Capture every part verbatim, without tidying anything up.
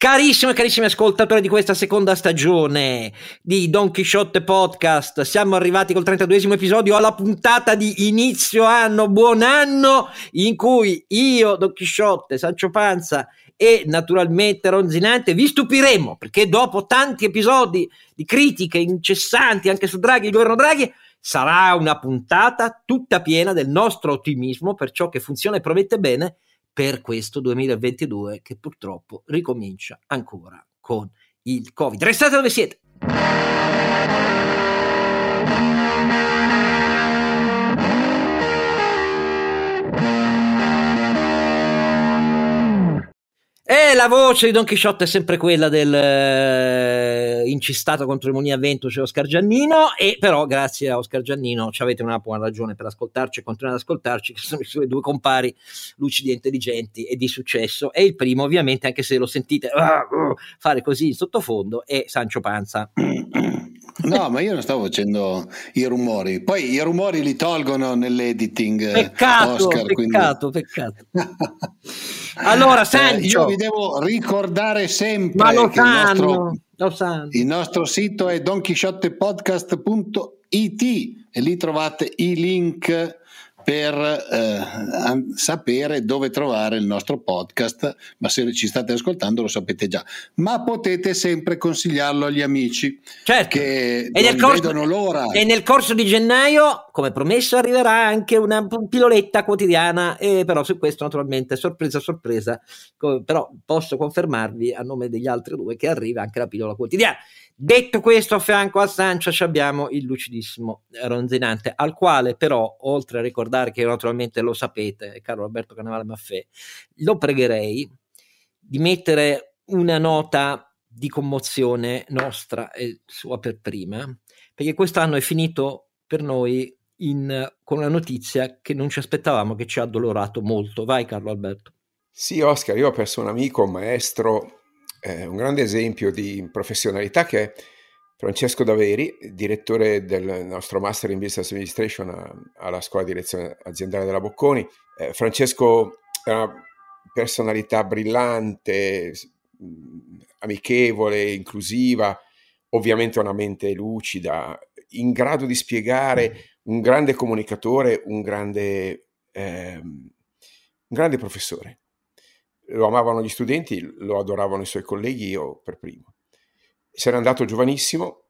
Carissime e carissimi ascoltatori di questa seconda stagione di Don Chisciotte Podcast, siamo arrivati col trentaduesimo episodio alla puntata di inizio anno, buon anno, in cui io, Don Chisciotte, Sancio Panza e naturalmente Ronzinante vi stupiremo, perché dopo tanti episodi di critiche incessanti anche su Draghi, il governo Draghi, sarà una puntata tutta piena del nostro ottimismo per ciò che funziona e promette bene per questo duemilaventidue che purtroppo ricomincia ancora con il Covid. Restate dove siete! E la voce di Don Chisciotte è sempre quella del eh, incistato contro il Monia Vento, cioè Oscar Giannino, e però grazie a Oscar Giannino ci avete una buona ragione per ascoltarci e continuare ad ascoltarci, che sono i suoi due compari lucidi e intelligenti e di successo, e il primo ovviamente, anche se lo sentite uh, uh, fare così in sottofondo, è Sancio Panza. No, ma io non stavo facendo i rumori, poi i rumori li tolgono nell'editing. Peccato, Oscar, peccato, quindi... peccato. Allora, Sancio, eh, io vi devo ricordare sempre ma lo che sanno, il, nostro, lo sanno. il nostro sito è don chisciotte podcast punto it e lì trovate i link per eh, sapere dove trovare il nostro podcast, ma se ci state ascoltando lo sapete già, ma potete sempre consigliarlo agli amici, certo, che e nel, non corso, vedono l'ora. E nel corso di gennaio, come promesso, arriverà anche una piloletta quotidiana, e però su questo naturalmente sorpresa sorpresa, però posso confermarvi a nome degli altri due che arriva anche la pillola quotidiana. Detto questo, a fianco a Sancio abbiamo il lucidissimo Ronzinante, al quale però, oltre a ricordare che naturalmente lo sapete, caro Alberto Cannavale Maffè, lo pregherei di mettere una nota di commozione nostra e sua per prima, perché quest'anno è finito per noi in, con una notizia che non ci aspettavamo, che ci ha addolorato molto. Vai Carlo Alberto. Sì, Oscar, io ho perso un amico, un maestro, eh, un grande esempio di professionalità, che è Francesco Daveri, direttore del nostro Master in Business Administration a, alla Scuola di Direzione Aziendale della Bocconi. Eh, Francesco è una personalità brillante, amichevole, inclusiva, ovviamente una mente lucida, in grado di spiegare, un grande comunicatore, un grande, eh, un grande professore. Lo amavano gli studenti, lo adoravano i suoi colleghi, io per primo. Se n'è andato giovanissimo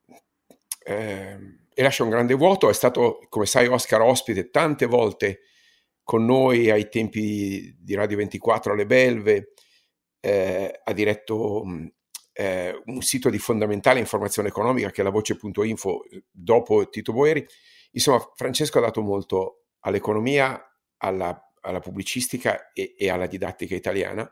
eh, e lascia un grande vuoto. È stato, come sai, Oscar, ospite tante volte con noi ai tempi di Radio ventiquattro alle Belve, eh, ha diretto eh, un sito di fondamentale informazione economica che è la voce punto info dopo Tito Boeri. Insomma, Francesco ha dato molto all'economia, alla alla pubblicistica e, e alla didattica italiana,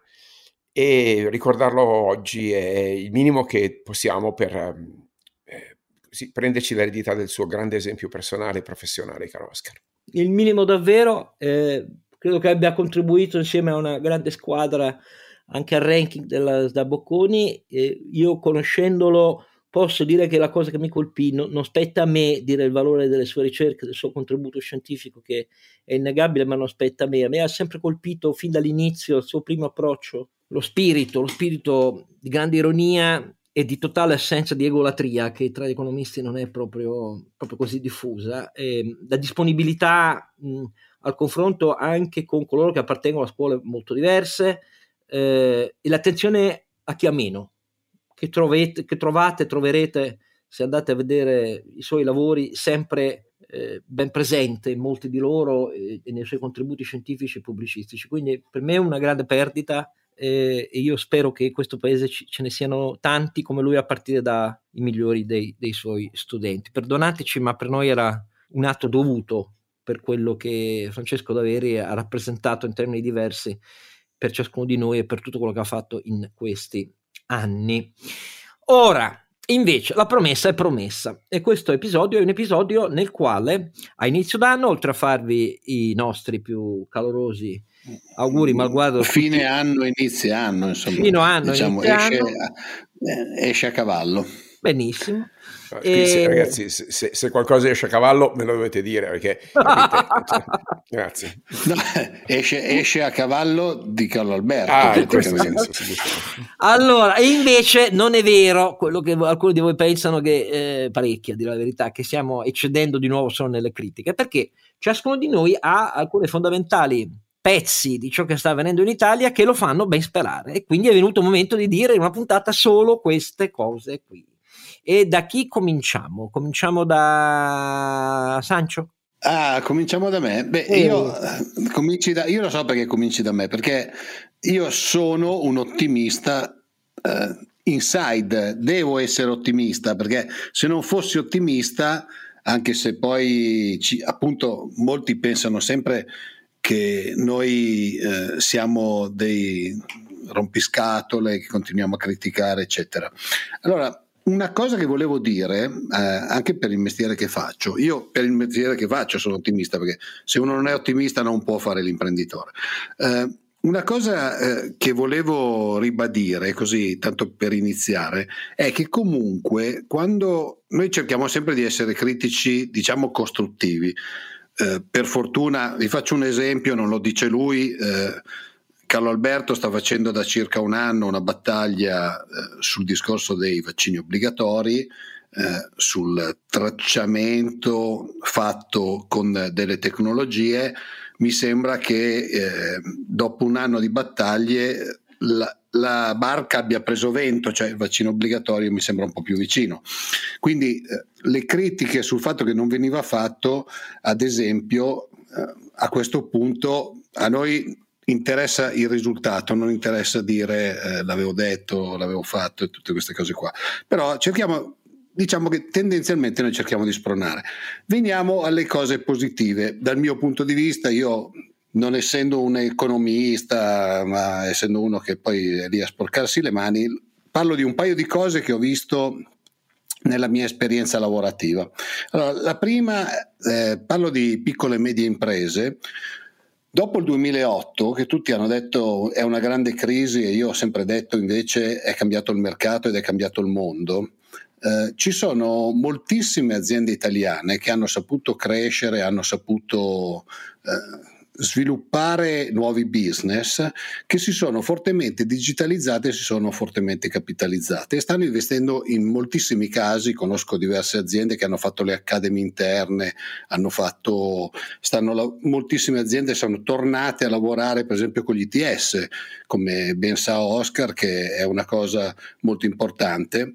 e ricordarlo oggi è il minimo che possiamo per eh, sì, prenderci l'eredità del suo grande esempio personale e professionale, caro Oscar. Il minimo davvero, eh, credo che abbia contribuito insieme a una grande squadra anche al ranking della, da Bocconi. Eh, io conoscendolo posso dire che la cosa che mi colpì, no, non spetta a me dire il valore delle sue ricerche, del suo contributo scientifico, che è innegabile, ma non spetta a me. A me ha sempre colpito fin dall'inizio il suo primo approccio, lo spirito, lo spirito di grande ironia e di totale assenza di egolatria, che tra gli economisti non è proprio, proprio così diffusa, e la disponibilità mh, al confronto anche con coloro che appartengono a scuole molto diverse, eh, e l'attenzione a chi ha meno, che, trovete, che trovate, troverete, se andate a vedere i suoi lavori, sempre eh, ben presente in molti di loro e, e nei suoi contributi scientifici e pubblicistici. Quindi per me è una grande perdita, eh, e io spero che in questo paese ci, ce ne siano tanti come lui, a partire dai migliori dei, dei suoi studenti. Perdonateci, ma per noi era un atto dovuto per quello che Francesco Daveri ha rappresentato in termini diversi per ciascuno di noi e per tutto quello che ha fatto in questi anni. Ora, invece, la promessa è promessa, e questo episodio è un episodio nel quale a inizio d'anno, oltre a farvi i nostri più calorosi auguri, malgrado fine tutti, anno, inizio anno, insomma, fino anno, diciamo, inizio esce, anno, esce a cavallo. Benissimo. Qui, se, E... ragazzi, se, se, se qualcosa esce a cavallo me lo dovete dire, perché capite? Grazie. No, esce, esce a cavallo di Carlo Alberto. Ah, in questo senso. Allora, e invece non è vero quello che alcuni di voi pensano, che eh, parecchi, a dire la verità, che stiamo eccedendo di nuovo solo nelle critiche, perché ciascuno di noi ha alcuni fondamentali pezzi di ciò che sta avvenendo in Italia che lo fanno ben sperare, e quindi è venuto il momento di dire in una puntata solo queste cose qui. E da chi cominciamo? Cominciamo da Sancio? Ah, cominciamo da me. Beh, eh. io, cominci da, io lo so perché cominci da me, perché io sono un ottimista eh, inside, devo essere ottimista, perché se non fossi ottimista, anche se poi ci, appunto molti pensano sempre che noi eh, siamo dei rompiscatole che continuiamo a criticare, eccetera. Allora, una cosa che volevo dire, eh, anche per il mestiere che faccio, io per il mestiere che faccio sono ottimista, perché se uno non è ottimista non può fare l'imprenditore. Eh, una cosa eh, che volevo ribadire, così tanto per iniziare, è che comunque quando noi cerchiamo sempre di essere critici, diciamo costruttivi, eh, per fortuna, vi faccio un esempio, non lo dice lui, eh, Carlo Alberto sta facendo da circa un anno una battaglia eh, sul discorso dei vaccini obbligatori, eh, sul tracciamento fatto con delle tecnologie. Mi sembra che eh, dopo un anno di battaglie la, la barca abbia preso vento, cioè il vaccino obbligatorio mi sembra un po' più vicino. Quindi eh, le critiche sul fatto che non veniva fatto, ad esempio, eh, a questo punto a noi interessa il risultato, non interessa dire eh, l'avevo detto, l'avevo fatto e tutte queste cose qua. Però cerchiamo, diciamo che tendenzialmente noi cerchiamo di spronare. Veniamo alle cose positive. Dal mio punto di vista, io non essendo un economista, ma essendo uno che poi è lì a sporcarsi le mani, parlo di un paio di cose che ho visto nella mia esperienza lavorativa. Allora, la prima, eh, parlo di piccole e medie imprese. Dopo il duemilaotto, che tutti hanno detto è una grande crisi, e io ho sempre detto invece è cambiato il mercato ed è cambiato il mondo, eh, ci sono moltissime aziende italiane che hanno saputo crescere, hanno saputo eh, sviluppare nuovi business, che si sono fortemente digitalizzate e si sono fortemente capitalizzate e stanno investendo in moltissimi casi. Conosco diverse aziende che hanno fatto le academy interne, hanno fatto, stanno, moltissime aziende sono tornate a lavorare per esempio con gli I T S, come ben sa Oscar, che è una cosa molto importante.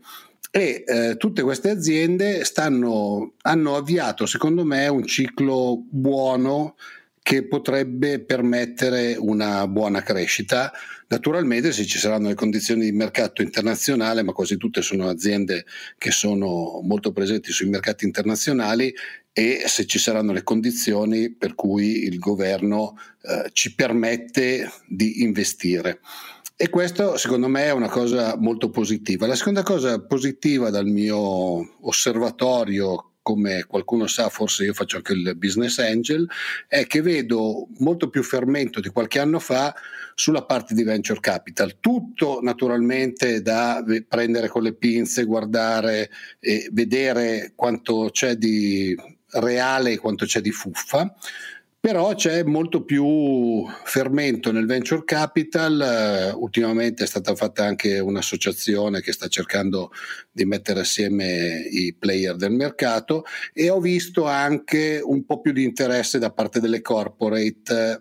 E eh, tutte queste aziende stanno, hanno avviato secondo me un ciclo buono che potrebbe permettere una buona crescita. Naturalmente se ci saranno le condizioni di mercato internazionale, ma quasi tutte sono aziende che sono molto presenti sui mercati internazionali, e se ci saranno le condizioni per cui il governo eh, ci permette di investire. E questo secondo me è una cosa molto positiva. La seconda cosa positiva dal mio osservatorio, come qualcuno sa, forse io faccio anche il business angel, è che vedo molto più fermento di qualche anno fa sulla parte di venture capital. Tutto naturalmente da prendere con le pinze, guardare e vedere quanto c'è di reale e quanto c'è di fuffa. Però c'è molto più fermento nel venture capital. Uh, ultimamente è stata fatta anche un'associazione che sta cercando di mettere assieme i player del mercato, e ho visto anche un po' più di interesse da parte delle corporate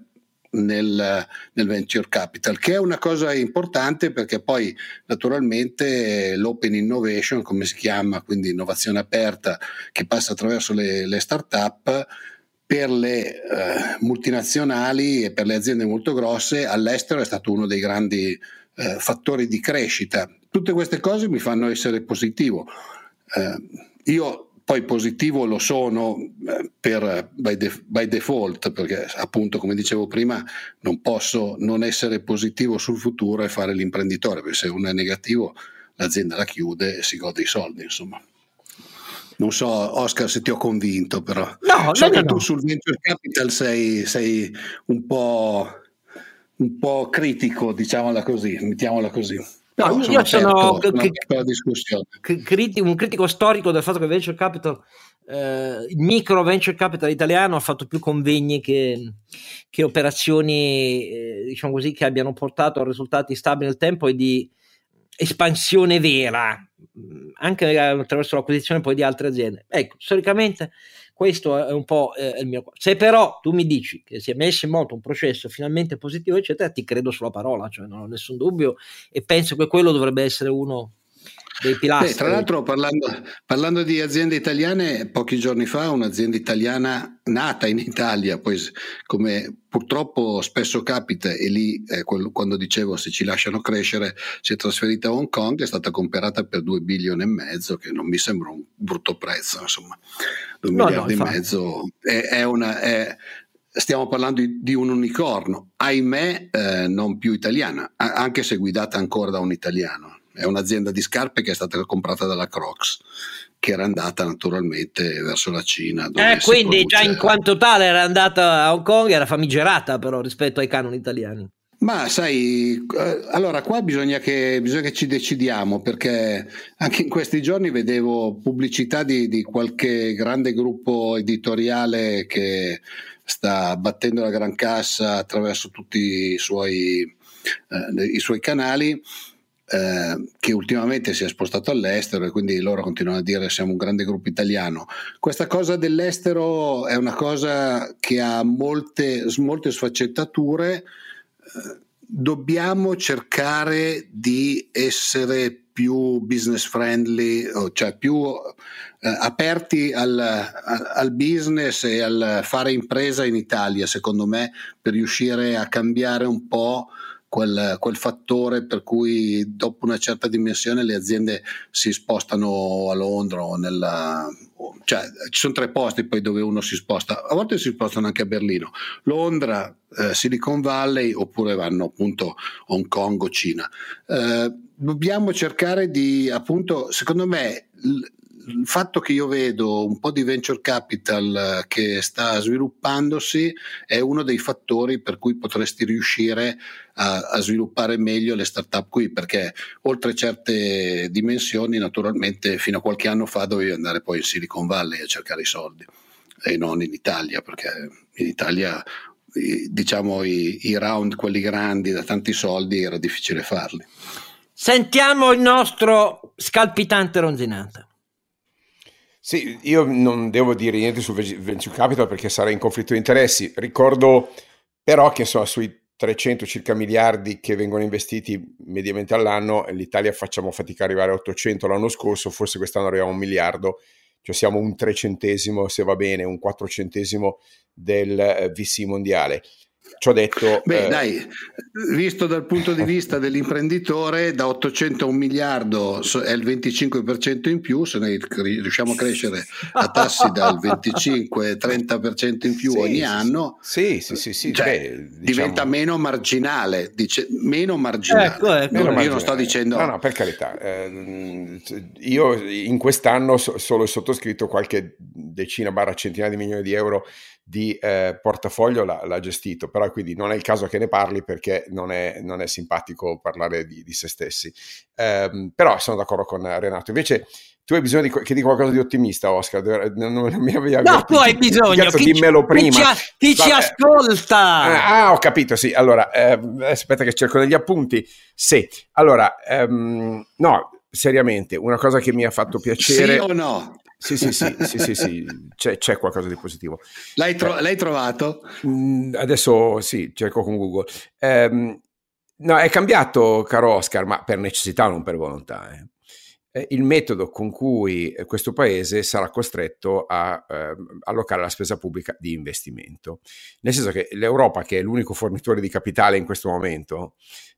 nel, nel venture capital, che è una cosa importante, perché poi naturalmente l'open innovation, come si chiama, quindi innovazione aperta che passa attraverso le, le start-up, per le eh, multinazionali e per le aziende molto grosse all'estero è stato uno dei grandi eh, fattori di crescita. Tutte queste cose mi fanno essere positivo. Eh, io poi positivo lo sono eh, per by, de- by default, perché appunto, come dicevo prima, non posso non essere positivo sul futuro e fare l'imprenditore, perché se uno è negativo l'azienda la chiude e si gode i soldi, insomma. Non so, Oscar, se ti ho convinto, però. No, so no, che no, tu no. sul venture capital sei, sei un po', un po' critico, diciamola così, mettiamola così. No, No, io sono sono aperto, sono c- aperto alla discussione. c- criti- un critico storico del fatto che venture capital, eh, il micro venture capital italiano ha fatto più convegni che, che operazioni, eh, diciamo così, che abbiano portato a risultati stabili nel tempo e di espansione vera, mh, anche attraverso l'acquisizione poi di altre aziende. Ecco, storicamente questo è un po' eh, il mio. Se però tu mi dici che si è messo in moto un processo finalmente positivo, eccetera, ti credo sulla parola, cioè non ho nessun dubbio, e penso che quello dovrebbe essere uno dei pilastri. Beh, tra l'altro, parlando, parlando di aziende italiane, pochi giorni fa un'azienda italiana nata in Italia, poi come purtroppo spesso capita, e lì eh, quello, quando dicevo se ci lasciano crescere, si è trasferita a Hong Kong, è stata comprata per due bilioni e mezzo, che non mi sembra un brutto prezzo, insomma, due No, miliardi no, e mezzo è, è una... È, stiamo parlando di, di un unicorno, ahimè eh, non più italiana, anche se guidata ancora da un italiano. È un'azienda di scarpe che è stata comprata dalla Crocs, che era andata naturalmente verso la Cina. Dove eh, quindi produce... già in quanto tale era andata a Hong Kong, era famigerata però rispetto ai canoni italiani. Ma sai, allora qua bisogna che, bisogna che ci decidiamo, perché anche in questi giorni vedevo pubblicità di, di qualche grande gruppo editoriale che sta battendo la gran cassa attraverso tutti i suoi, eh, i suoi canali, eh, che ultimamente si è spostato all'estero, e quindi loro continuano a dire siamo un grande gruppo italiano. Questa cosa dell'estero è una cosa che ha molte, molte sfaccettature. Dobbiamo cercare di essere più business friendly, cioè più eh, aperti al, al business e al fare impresa in Italia, secondo me, per riuscire a cambiare un po' quel, quel fattore per cui dopo una certa dimensione le aziende si spostano a Londra o nella... cioè ci sono tre posti poi dove uno si sposta, a volte si spostano anche a Berlino, Londra, eh, Silicon Valley, oppure vanno appunto Hong Kong o Cina. Eh, dobbiamo cercare di, appunto, secondo me l- il fatto che io vedo un po' di venture capital che sta sviluppandosi è uno dei fattori per cui potresti riuscire a, a sviluppare meglio le start-up qui, perché oltre certe dimensioni naturalmente fino a qualche anno fa dovevi andare poi in Silicon Valley a cercare i soldi e non in Italia, perché in Italia diciamo i, i round, quelli grandi da tanti soldi, era difficile farli. Sentiamo il nostro scalpitante Ronzinante. Sì, io non devo dire niente sul venture capital perché sarei in conflitto di interessi. Ricordo però che insomma sui trecento circa miliardi che vengono investiti mediamente all'anno, l'Italia facciamo fatica a arrivare a ottocento l'anno scorso, forse quest'anno arriviamo a un miliardo, cioè siamo un trecentesimo, se va bene, un quattrocentesimo del V C mondiale. Ci ho detto, beh eh... dai, visto dal punto di vista dell'imprenditore, da ottocento a un miliardo è il venticinque per cento in più, se noi riusciamo a crescere a tassi dal venticinque trenta per cento in più sì, ogni sì, anno, sì, sì, sì, sì, cioè, beh, diciamo... diventa meno marginale, dice, meno marginale. Ecco, ecco. No, meno io marginale. non sto dicendo... No, no, per carità. Eh, io in quest'anno so, solo sottoscritto qualche decina barra centinaia di milioni di euro di eh, portafoglio l'ha, l'ha gestito, però quindi non è il caso che ne parli perché non è, non è simpatico parlare di, di se stessi, eh, però sono d'accordo con Renato. Invece tu hai bisogno di, che dica qualcosa di ottimista, Oscar, non, non mi avevi avvertito. No, tu hai bisogno, cazzo, chi, dimmelo prima. Chi, ci, chi ci ascolta? Ah, ho capito, sì, allora eh, aspetta che cerco degli appunti. Sì, allora um, no, seriamente, una cosa che mi ha fatto piacere... Sì o no? Sì, sì, sì, sì, sì, sì. C'è, c'è qualcosa di positivo. L'hai, tro- eh, l'hai trovato? Adesso sì, cerco con Google. Eh, no, è cambiato, caro Oscar, ma per necessità, non per volontà. Eh. Eh, il metodo con cui questo paese sarà costretto a eh, allocare la spesa pubblica di investimento. Nel senso che l'Europa, che è l'unico fornitore di capitale in questo momento,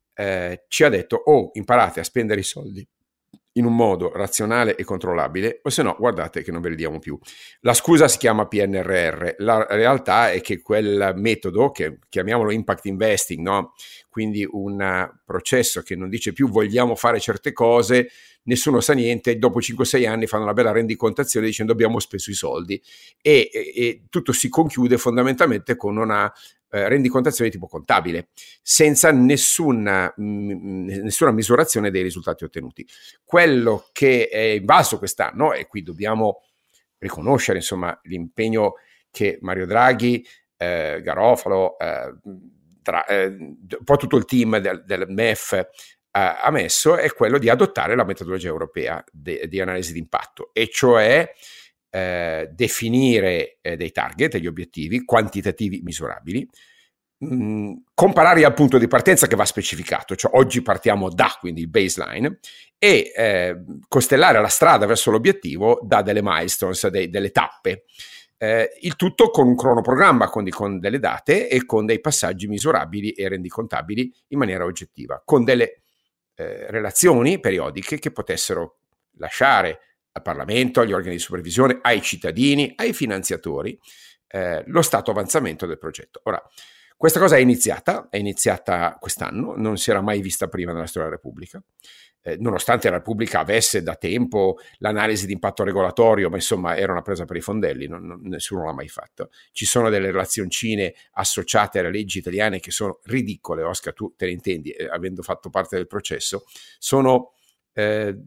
eh, ci ha detto: oh, imparate a spendere i soldi in un modo razionale e controllabile, o se no guardate che non ve li diamo più. La scusa si chiama P N R R, la realtà è che quel metodo, che chiamiamolo impact investing, no? Quindi un processo che non dice più vogliamo fare certe cose, nessuno sa niente, dopo cinque sei anni fanno una bella rendicontazione dicendo abbiamo speso i soldi, e, e, e tutto si conchiude fondamentalmente con una eh, rendicontazione di tipo contabile, senza nessuna, mh, nessuna misurazione dei risultati ottenuti. Quello che è invalso quest'anno, e qui dobbiamo riconoscere insomma l'impegno che Mario Draghi, eh, Garofalo, eh, tra, eh, un po' tutto il team del, del M E F eh, ha messo, è quello di adottare la metodologia europea de, di analisi di impatto, e cioè eh, definire eh, dei target, degli obiettivi quantitativi misurabili, mh, compararli al punto di partenza che va specificato, cioè oggi partiamo da, quindi il baseline, e eh, costellare la strada verso l'obiettivo da delle milestones, dei, delle tappe. Eh, il tutto con un cronoprogramma, quindi con delle date e con dei passaggi misurabili e rendicontabili in maniera oggettiva, con delle eh, relazioni periodiche che potessero lasciare al Parlamento, agli organi di supervisione, ai cittadini, ai finanziatori, eh, lo stato avanzamento del progetto. Ora, questa cosa è iniziata, è iniziata quest'anno, non si era mai vista prima nella storia della Repubblica, eh, nonostante la Repubblica avesse da tempo l'analisi di impatto regolatorio, ma insomma era una presa per i fondelli, non, non, nessuno l'ha mai fatto. Ci sono delle relazioncine associate alle leggi italiane che sono ridicole, Oscar, tu te ne intendi, eh, avendo fatto parte del processo, sono eh,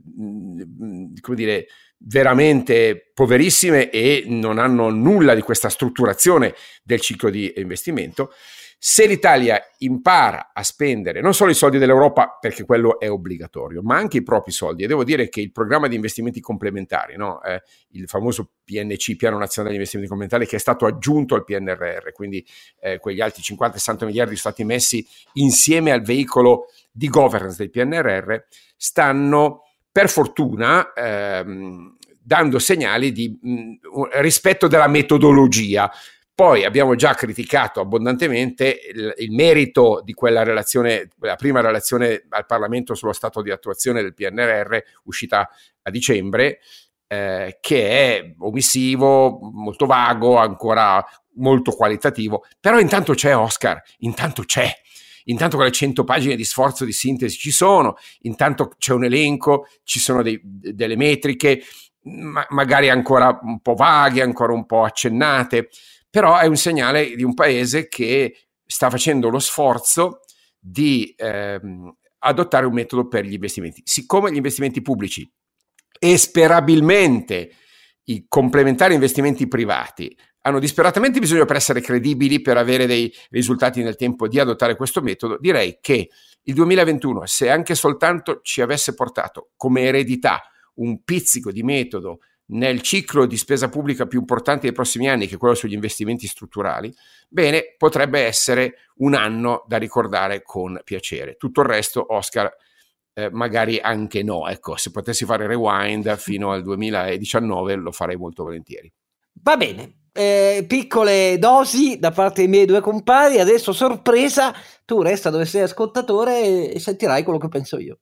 come dire, veramente poverissime e non hanno nulla di questa strutturazione del ciclo di investimento. Se l'Italia impara a spendere non solo i soldi dell'Europa, perché quello è obbligatorio, ma anche i propri soldi, e devo dire che il programma di investimenti complementari, no? eh, il famoso P N C, Piano Nazionale di Investimenti Complementari, che è stato aggiunto al P N R R, quindi eh, quegli altri cinquanta sessanta miliardi sono stati messi insieme al veicolo di governance del P N R R, stanno per fortuna ehm, dando segnali di mh, rispetto della metodologia. Poi abbiamo già criticato abbondantemente il, il merito di quella relazione, la prima relazione al Parlamento sullo stato di attuazione del P N R R, uscita a dicembre, eh, che è omissivo, molto vago, ancora molto qualitativo, però intanto c'è, Oscar, intanto c'è. Intanto quelle cento pagine di sforzo di sintesi ci sono, intanto c'è un elenco, ci sono dei, delle metriche, ma, magari ancora un po' vaghe, ancora un po' accennate, però è un segnale di un paese che sta facendo lo sforzo di ehm, adottare un metodo per gli investimenti. Siccome gli investimenti pubblici e sperabilmente i complementari investimenti privati hanno disperatamente bisogno, per essere credibili, per avere dei risultati nel tempo, di adottare questo metodo, direi che il duemilaventuno, se anche soltanto ci avesse portato come eredità un pizzico di metodo nel ciclo di spesa pubblica più importante dei prossimi anni, che è quello sugli investimenti strutturali, bene, potrebbe essere un anno da ricordare con piacere. Tutto il resto, Oscar, eh, magari anche no. Ecco, se potessi fare rewind fino al duemiladiciannove lo farei molto volentieri. Va bene, eh, piccole dosi da parte dei miei due compari. Adesso sorpresa, tu resta dove sei ascoltatore e sentirai quello che penso io.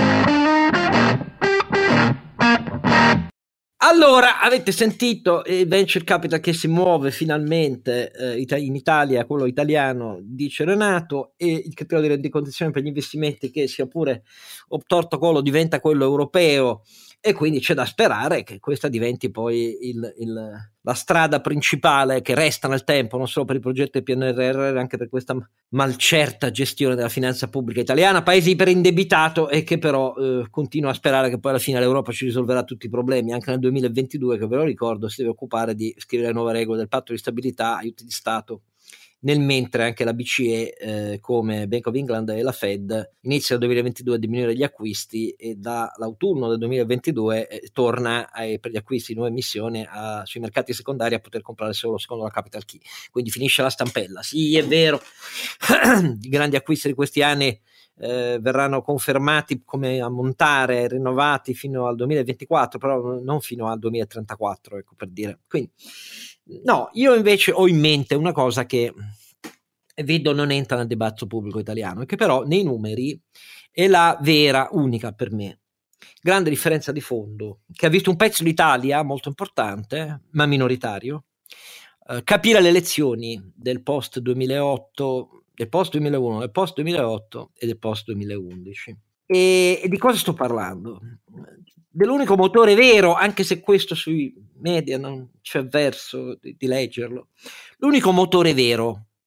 Allora, avete sentito il venture capital che si muove finalmente eh, in Italia, quello italiano, dice Renato, e il criterio di rendicontazione per gli investimenti che, sia pure obtorto collo, diventa quello europeo, e quindi c'è da sperare che questa diventi poi il, il, la strada principale che resta nel tempo, non solo per il progetto del P N R R, ma anche per questa malcerta gestione della finanza pubblica italiana, paese iperindebitato, e che però eh, continua a sperare che poi alla fine l'Europa ci risolverà tutti i problemi, anche nel duemilaventidue, che ve lo ricordo si deve occupare di scrivere le nuove regole del patto di stabilità, aiuti di Stato, nel mentre anche la B C E, eh, come Bank of England e la Fed, inizia nel duemilaventidue a diminuire gli acquisti, e dall'autunno del duemilaventidue eh, torna ai, per gli acquisti di nuove emissioni a, sui mercati secondari a poter comprare solo secondo la capital key, quindi finisce la stampella. Sì, è vero, i grandi acquisti di questi anni eh, verranno confermati come ammontare, rinnovati fino al duemilaventiquattro, però non fino al duemilatrentaquattro, ecco, per dire. Quindi no, io invece ho in mente una cosa che vedo non entra nel dibattito pubblico italiano, e che però nei numeri è la vera, unica per me grande differenza di fondo, che ha visto un pezzo d'Italia molto importante ma minoritario eh, capire le lezioni del post duemilaotto, del post duemilauno, del post duemilaotto e del post duemilaundici. E, e di cosa sto parlando? Dell'unico motore vero, anche se questo sui media non c'è verso di, di leggerlo, l'unico motore vero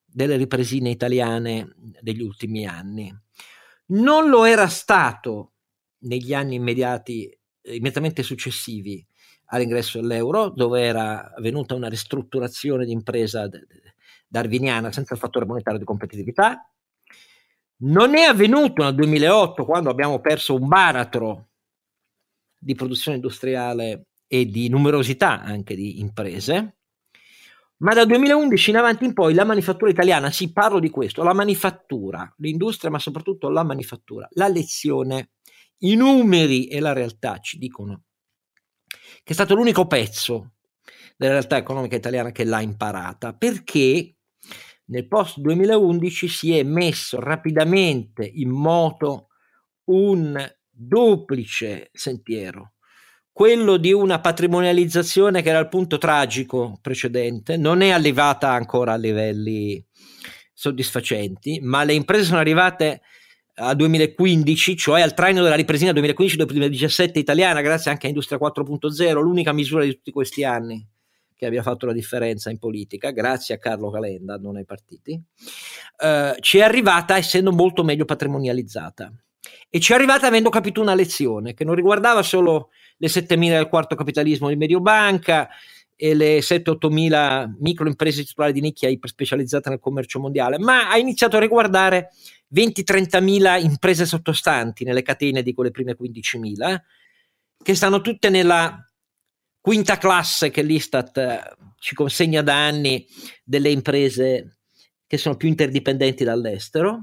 delle ripresine italiane degli ultimi anni. Non lo era stato negli anni immediati, immediatamente successivi all'ingresso dell'euro, dove era avvenuta una ristrutturazione di impresa darwiniana senza il fattore monetario di competitività. Non è avvenuto nel duemilaotto, quando abbiamo perso un baratro di produzione industriale e di numerosità anche di imprese, ma dal duemilaundici in avanti in poi la manifattura italiana, sì, parlo di questo, la manifattura, l'industria, ma soprattutto la manifattura, la lezione, i numeri e la realtà ci dicono che è stato l'unico pezzo della realtà economica italiana che l'ha imparata, perché nel post duemilaundici si è messo rapidamente in moto un duplice sentiero, quello di una patrimonializzazione che era il punto tragico precedente, non è arrivata ancora a livelli soddisfacenti, ma le imprese sono arrivate al duemilaquindici, cioè al traino della ripresina duemilaquindici-duemiladiciassette italiana, grazie anche a Industria quattro punto zero, l'unica misura di tutti questi anni che abbia fatto la differenza in politica, grazie a Carlo Calenda, non ai partiti, eh, ci è arrivata essendo molto meglio patrimonializzata. E ci è arrivata avendo capito una lezione che non riguardava solo le settemila del quarto capitalismo di Mediobanca e le sette ottomila microimprese titolari di nicchia iperspecializzate nel commercio mondiale, ma ha iniziato a riguardare venti trentamila imprese sottostanti nelle catene di quelle prime quindicimila, che stanno tutte nella quinta classe che l'Istat ci consegna da anni delle imprese che sono più interdipendenti dall'estero,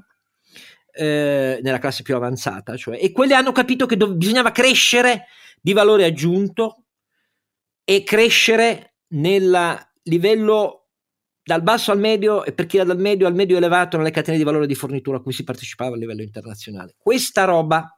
eh, nella classe più avanzata, cioè, e quelle hanno capito che dov- bisognava crescere di valore aggiunto e crescere nel livello dal basso al medio, e per chi era dal medio al medio elevato nelle catene di valore di fornitura a cui si partecipava a livello internazionale. Questa roba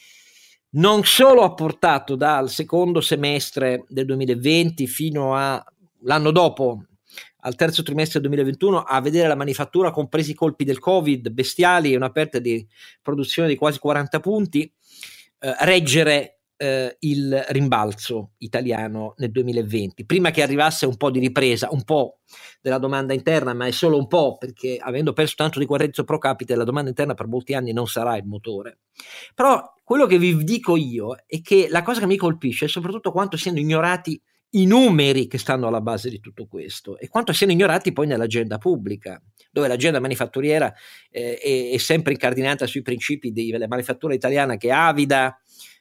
non solo ha portato dal secondo semestre del duemilaventi fino all'anno dopo, al terzo trimestre del duemilaventuno, a vedere la manifattura, compresi i colpi del Covid bestiali e una perdita di produzione di quasi quaranta punti, eh, reggere eh, il rimbalzo italiano nel duemilaventi, prima che arrivasse un po' di ripresa, un po' della domanda interna, ma è solo un po', perché avendo perso tanto di quel reddito pro capite, la domanda interna per molti anni non sarà il motore. Però quello che vi dico io è che la cosa che mi colpisce è soprattutto quanto siano ignorati i numeri che stanno alla base di tutto questo e quanto siano ignorati poi nell'agenda pubblica, dove l'agenda manifatturiera eh, è, è sempre incardinata sui principi della manifattura italiana, che è avida,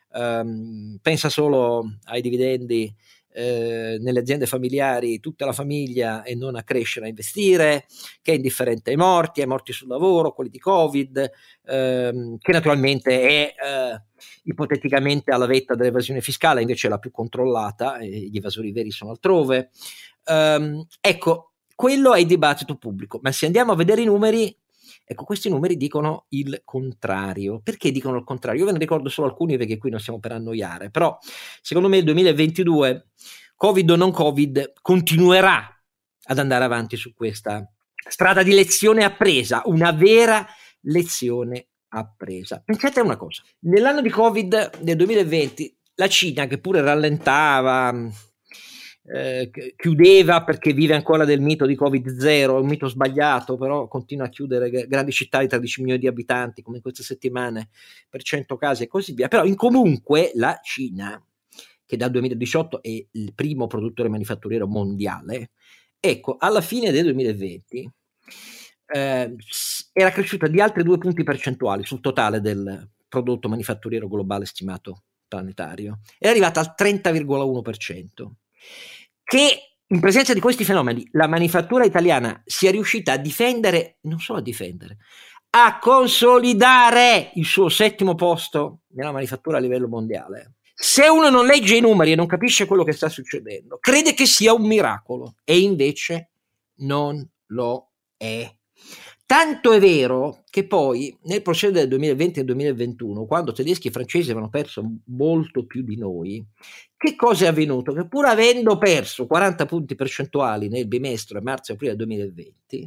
ehm, pensa solo ai dividendi eh, nelle aziende familiari, tutta la famiglia, e non a crescere, a investire, che è indifferente ai morti, ai morti sul lavoro, quelli di Covid, ehm, che naturalmente è eh, ipoteticamente alla vetta dell'evasione fiscale, invece è la più controllata e gli evasori veri sono altrove. Um, ecco, quello è il dibattito pubblico, ma se andiamo a vedere i numeri, ecco, questi numeri dicono il contrario. Perché dicono il contrario? Io ve ne ricordo solo alcuni, perché qui non stiamo per annoiare, però secondo me il duemilaventidue, Covid o non Covid, continuerà ad andare avanti su questa strada di lezione appresa, una vera lezione appresa. Pensate a una cosa: nell'anno di Covid del duemilaventi la Cina, che pure rallentava, eh, chiudeva perché vive ancora del mito di Covid zero, è un mito sbagliato, però continua a chiudere grandi città di tredici milioni di abitanti come in queste settimane per cento casi e così via. Però in comunque la Cina, che dal duemiladiciotto è il primo produttore manifatturiero mondiale, ecco, alla fine del duemilaventi Eh, era cresciuta di altri due punti percentuali sul totale del prodotto manifatturiero globale stimato planetario, è arrivata al trenta virgola uno per cento, che in presenza di questi fenomeni la manifattura italiana sia riuscita a difendere, non solo a difendere, a consolidare il suo settimo posto nella manifattura a livello mondiale. Se uno non legge i numeri e non capisce quello che sta succedendo, crede che sia un miracolo, e invece non lo è. Tanto è vero che poi nel procedere del duemilaventi e duemilaventuno, quando tedeschi e francesi avevano perso molto più di noi, che cosa è avvenuto? Che pur avendo perso quaranta punti percentuali nel bimestre marzo-aprile duemilaventi,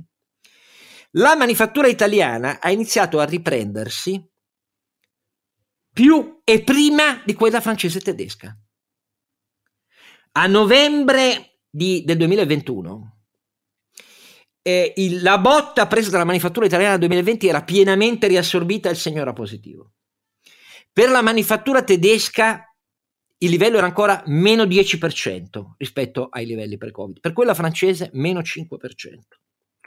la manifattura italiana ha iniziato a riprendersi più e prima di quella francese e tedesca. A novembre di, del duemilaventuno eh, il, la botta presa dalla manifattura italiana nel duemilaventi era pienamente riassorbita e il segno era positivo. Per la manifattura tedesca il livello era ancora meno dieci per cento rispetto ai livelli pre-Covid, per quella francese meno cinque per cento.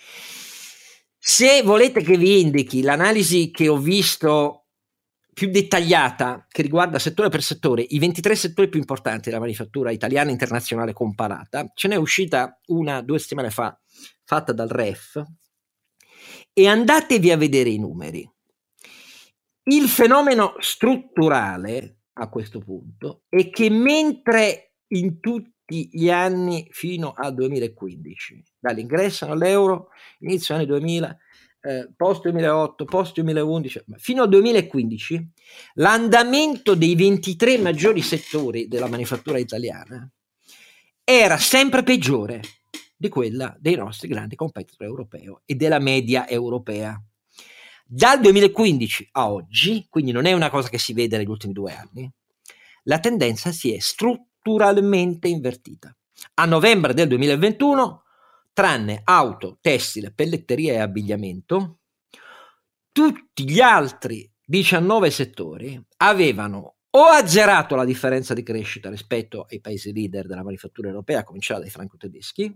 Se volete che vi indichi l'analisi che ho visto più dettagliata, che riguarda settore per settore, i ventitré settori più importanti della manifattura italiana e internazionale comparata, ce n'è uscita una due settimane fa, fatta dal R E F, e andatevi a vedere i numeri. Il fenomeno strutturale a questo punto è che mentre in tutti gli anni fino al duemilaquindici, dall'ingresso all'euro, inizio anni duemila, eh, post duemilaotto, post duemilaundici, fino al duemilaquindici, l'andamento dei ventitré maggiori settori della manifattura italiana era sempre peggiore di quella dei nostri grandi competitor europei e della media europea. Dal duemilaquindici a oggi, quindi non è una cosa che si vede negli ultimi due anni, la tendenza si è strutturalmente invertita. A novembre del duemilaventuno, tranne auto, tessile, pelletteria e abbigliamento, tutti gli altri diciannove settori avevano o azzerato la differenza di crescita rispetto ai paesi leader della manifattura europea, a cominciare dai franco-tedeschi,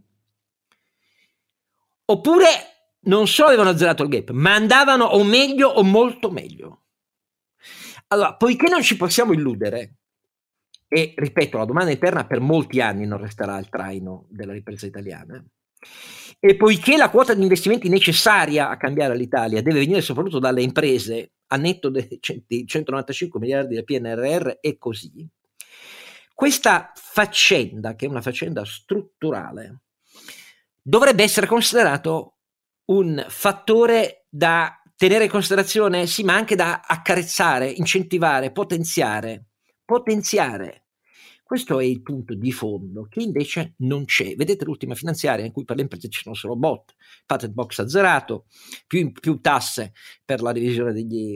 oppure non solo avevano azzerato il gap, ma andavano o meglio o molto meglio. Allora, poiché non ci possiamo illudere, e ripeto, la domanda interna per molti anni non resterà il traino della ripresa italiana, e poiché la quota di investimenti necessaria a cambiare l'Italia deve venire soprattutto dalle imprese, a netto dei centonovantacinque miliardi del P N R R e così, questa faccenda, che è una faccenda strutturale, dovrebbe essere considerato un fattore da tenere in considerazione, sì, ma anche da accarezzare, incentivare, potenziare, potenziare. Questo è il punto di fondo che invece non c'è. Vedete l'ultima finanziaria in cui per le imprese ci sono solo bot, patent box azzerato, più, più tasse per la revisione degli,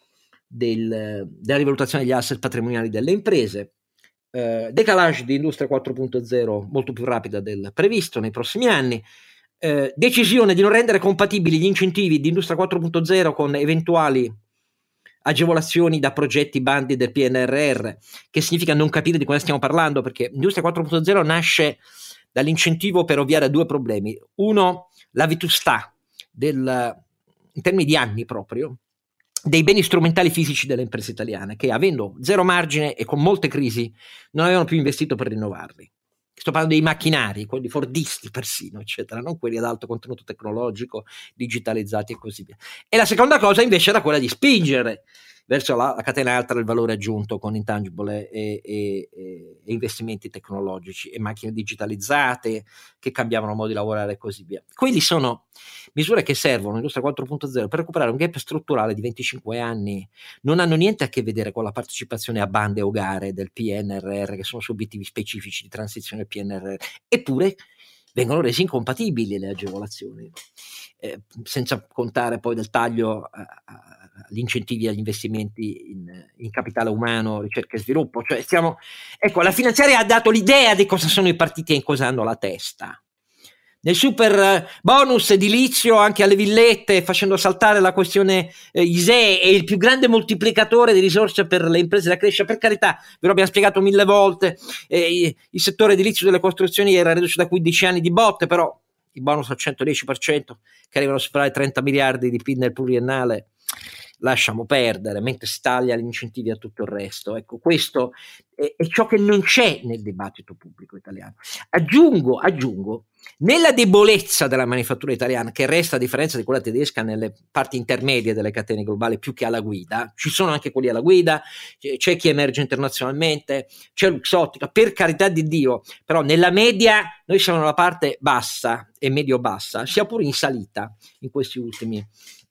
del, della rivalutazione degli asset patrimoniali delle imprese, eh, decalage di industria quattro punto zero molto più rapida del previsto nei prossimi anni, eh, decisione di non rendere compatibili gli incentivi di industria quattro punto zero con eventuali agevolazioni da progetti bandi del P N R R, che significa non capire di cosa stiamo parlando, perché Industria quattro punto zero nasce dall'incentivo per ovviare a due problemi. Uno, la vetustà del, in termini di anni proprio, dei beni strumentali fisici delle imprese italiane, che avendo zero margine e con molte crisi non avevano più investito per rinnovarli. Sto parlando dei macchinari, quelli fordisti persino, eccetera, non quelli ad alto contenuto tecnologico, digitalizzati e così via. E la seconda cosa invece era quella di spingere verso la, la catena alta del valore aggiunto con intangible e, e, e investimenti tecnologici e macchine digitalizzate che cambiavano modo di lavorare e così via. Quelli sono misure che servono, Industria quattro punto zero, per recuperare un gap strutturale di venticinque anni. Non hanno niente a che vedere con la partecipazione a bande o gare del P N R R, che sono su obiettivi specifici di transizione P N R R, eppure vengono resi incompatibili le agevolazioni, eh, senza contare poi del taglio a, a, agli incentivi agli investimenti in, in capitale umano, ricerca e sviluppo. Cioè stiamo, ecco, la finanziaria ha dato l'idea di cosa sono i partiti e in cosa hanno la testa. Nel super bonus edilizio anche alle villette, facendo saltare la questione eh, I S E E, è il più grande moltiplicatore di risorse per le imprese da crescita. Per carità, ve lo abbiamo spiegato mille volte, eh, il settore edilizio delle costruzioni era reduce da quindici anni di botte, però i bonus al centodieci per cento che arrivano a superare trenta miliardi di P I L nel pluriennale lasciamo perdere, mentre si taglia gli incentivi a tutto il resto. Ecco, questo è, è ciò che non c'è nel dibattito pubblico italiano. Aggiungo, aggiungo, nella debolezza della manifattura italiana, che resta a differenza di quella tedesca nelle parti intermedie delle catene globali più che alla guida, ci sono anche quelli alla guida, c'è chi emerge internazionalmente, c'è Luxottica, per carità di Dio, però nella media noi siamo nella parte bassa e medio-bassa, sia pure in salita in questi ultimi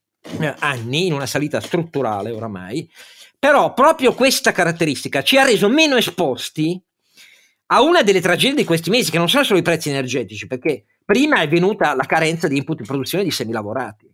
anni, in una salita strutturale oramai, però proprio questa caratteristica ci ha reso meno esposti a una delle tragedie di questi mesi, che non sono solo i prezzi energetici, perché prima è venuta la carenza di input di produzione di semilavorati,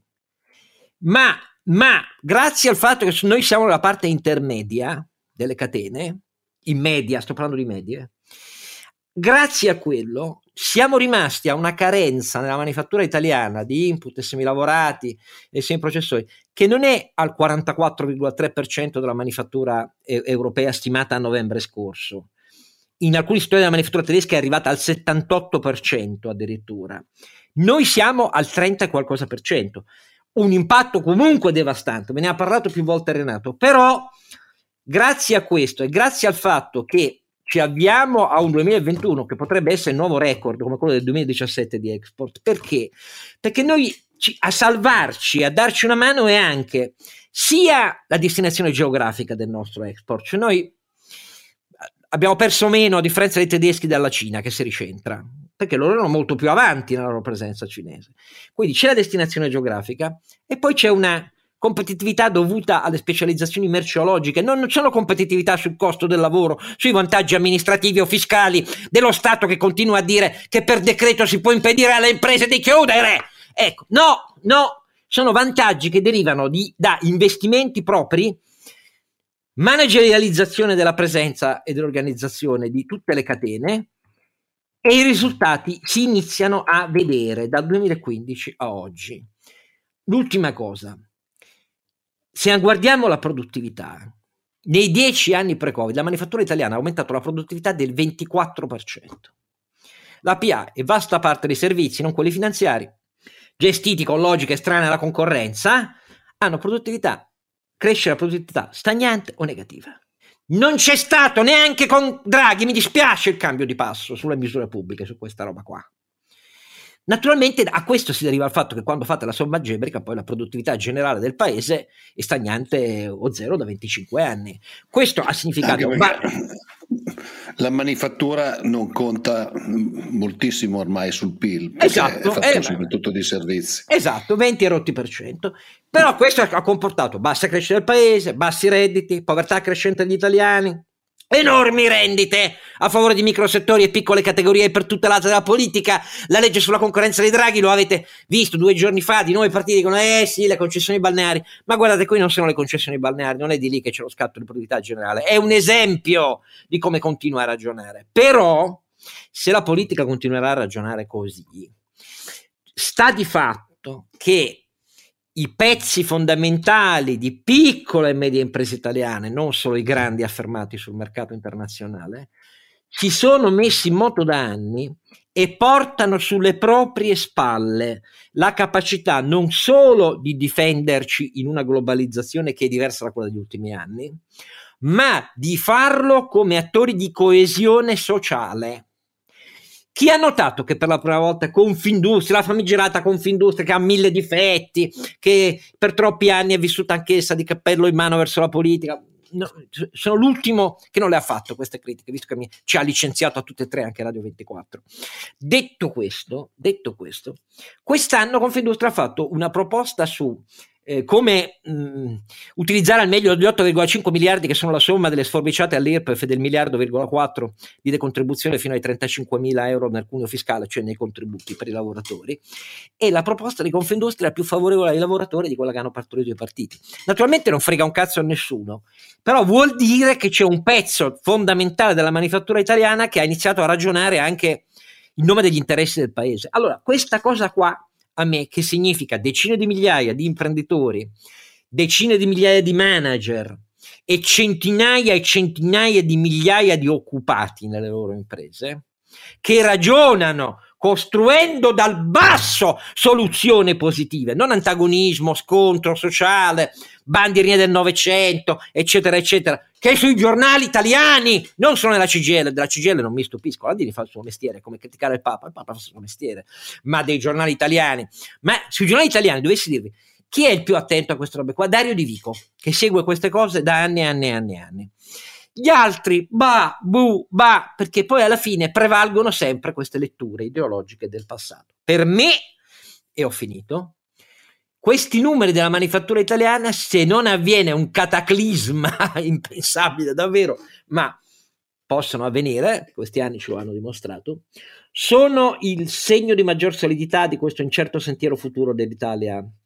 ma, ma grazie al fatto che noi siamo nella parte intermedia delle catene, in media, sto parlando di medie, grazie a quello siamo rimasti a una carenza nella manifattura italiana di input e semilavorati e semiprocessori che non è al quarantaquattro virgola tre per cento della manifattura e- europea stimata a novembre scorso. In alcuni settori della manifattura tedesca è arrivata al settantotto per cento addirittura. Noi siamo al trenta e qualcosa per cento. Un impatto comunque devastante, me ne ha parlato più volte Renato, però grazie a questo e grazie al fatto che ci avviamo a un duemilaventuno che potrebbe essere il nuovo record come quello del duemiladiciassette di export, perché? Perché noi ci, a salvarci, a darci una mano è anche sia la destinazione geografica del nostro export, cioè noi abbiamo perso meno a differenza dei tedeschi dalla Cina che si ricentra, perché loro erano molto più avanti nella loro presenza cinese. Quindi c'è la destinazione geografica e poi c'è una competitività dovuta alle specializzazioni merceologiche, non c'è una competitività sul costo del lavoro, sui vantaggi amministrativi o fiscali dello Stato che continua a dire che per decreto si può impedire alle imprese di chiudere. Ecco, no, no, sono vantaggi che derivano di, da investimenti propri, managerializzazione della presenza e dell'organizzazione di tutte le catene, e i risultati si iniziano a vedere dal duemilaquindici a oggi. L'ultima cosa, se guardiamo la produttività, nei dieci anni pre-Covid la manifattura italiana ha aumentato la produttività del ventiquattro per cento. La P A e vasta parte dei servizi, non quelli finanziari, gestiti con logiche estranee alla concorrenza, hanno produttività, cresce la produttività stagnante o negativa. Non c'è stato neanche con Draghi, mi dispiace, il cambio di passo sulle misure pubbliche, su questa roba qua. Naturalmente a questo si deriva il fatto che quando fate la somma algebrica poi la produttività generale del paese è stagnante o zero da venticinque anni. Questo ha significato... Ma... La manifattura non conta moltissimo ormai sul P I L, esatto, è fatto eh, soprattutto di servizi. Esatto, venti e rotti per cento. Però questo ha comportato bassa crescita del paese, bassi redditi, povertà crescente degli italiani, enormi rendite a favore di microsettori e piccole categorie per tutelate dalla politica. La legge sulla concorrenza dei Draghi, lo avete visto due giorni fa, di nuovo i partiti dicono eh sì, le concessioni balneari, ma guardate, qui non sono le concessioni balneari, non è di lì che c'è lo scatto di produttività generale, è un esempio di come continua a ragionare. Però se la politica continuerà a ragionare così, sta di fatto che i pezzi fondamentali di piccole e medie imprese italiane, non solo i grandi affermati sul mercato internazionale, si sono messi in moto da anni e portano sulle proprie spalle la capacità non solo di difenderci in una globalizzazione che è diversa da quella degli ultimi anni, ma di farlo come attori di coesione sociale. Chi ha notato che per la prima volta Confindustria, la famigerata Confindustria che ha mille difetti, che per troppi anni è vissuta anch'essa di cappello in mano verso la politica, no, sono l'ultimo che non le ha fatto queste critiche, visto che mi, ci ha licenziato a tutte e tre anche Radio ventiquattro. Detto questo, detto questo, quest'anno Confindustria ha fatto una proposta su Eh, come mh, utilizzare al meglio gli otto virgola cinque miliardi che sono la somma delle sforbiciate all'I R P E F e del miliardo virgola quattro di decontribuzione fino ai trentacinquemila euro nel cuneo fiscale, cioè nei contributi per i lavoratori, e la proposta di Confindustria è più favorevole ai lavoratori di quella che hanno partorito i partiti. Naturalmente non frega un cazzo a nessuno, però vuol dire che c'è un pezzo fondamentale della manifattura italiana che ha iniziato a ragionare anche in nome degli interessi del paese. Allora, questa cosa qua a me, che significa decine di migliaia di imprenditori, decine di migliaia di manager e centinaia e centinaia di migliaia di occupati nelle loro imprese, che ragionano costruendo dal basso soluzioni positive, non antagonismo, scontro sociale, bandierine del Novecento, eccetera, eccetera, che sui giornali italiani, non solo nella C G I L, della C G I L non mi stupisco, Aldini fa il suo mestiere, come criticare il Papa, il Papa fa il suo mestiere, ma dei giornali italiani, ma sui giornali italiani dovessi dirvi, chi è il più attento a queste robe qua? Dario Di Vico, che segue queste cose da anni e anni e anni e anni. Gli altri, bah, bu, bah, perché poi alla fine prevalgono sempre queste letture ideologiche del passato. Per me, e ho finito, questi numeri della manifattura italiana, se non avviene un cataclisma impensabile davvero, ma possono avvenire, questi anni ce lo hanno dimostrato, sono il segno di maggior solidità di questo incerto sentiero futuro dell'Italia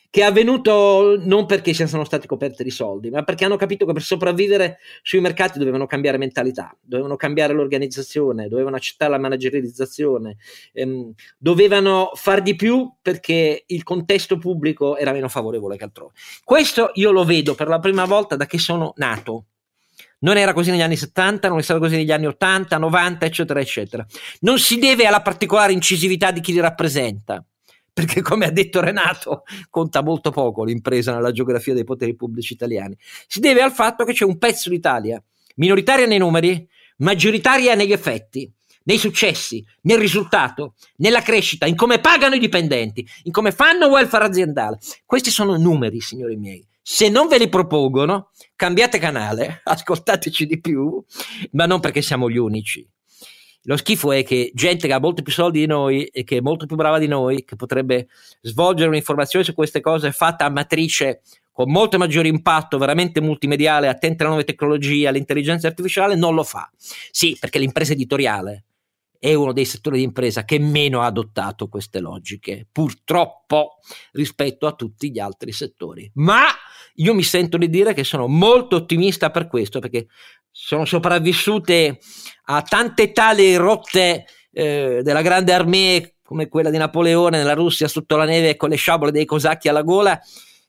che è avvenuto non perché siano stati coperti di soldi, ma perché hanno capito che per sopravvivere sui mercati dovevano cambiare mentalità, dovevano cambiare l'organizzazione, dovevano accettare la managerializzazione, ehm, dovevano far di più perché il contesto pubblico era meno favorevole che altrove. Questo io lo vedo per la prima volta da che sono nato. Non era così negli anni settanta, non è stato così negli anni ottanta, novanta, eccetera, eccetera. Non si deve alla particolare incisività di chi li rappresenta, perché come ha detto Renato conta molto poco l'impresa nella geografia dei poteri pubblici italiani. Si deve al fatto che c'è un pezzo d'Italia minoritaria nei numeri, maggioritaria negli effetti, nei successi, nel risultato, nella crescita, in come pagano i dipendenti, in come fanno welfare aziendale. Questi sono numeri, signori miei. Se non ve li propongono, cambiate canale, ascoltateci di più, ma non perché siamo gli unici. Lo schifo è che gente che ha molti più soldi di noi e che è molto più brava di noi, che potrebbe svolgere un'informazione su queste cose fatta a matrice con molto maggiore impatto, veramente multimediale, attenta alle nuove tecnologie, all'intelligenza artificiale, non lo fa. Sì, perché l'impresa editoriale è uno dei settori di impresa che meno ha adottato queste logiche, purtroppo, rispetto a tutti gli altri settori. Ma io mi sento di dire che sono molto ottimista per questo, perché sono sopravvissute a tante tali rotte eh, della grande armée come quella di Napoleone nella Russia sotto la neve con le sciabole dei cosacchi alla gola,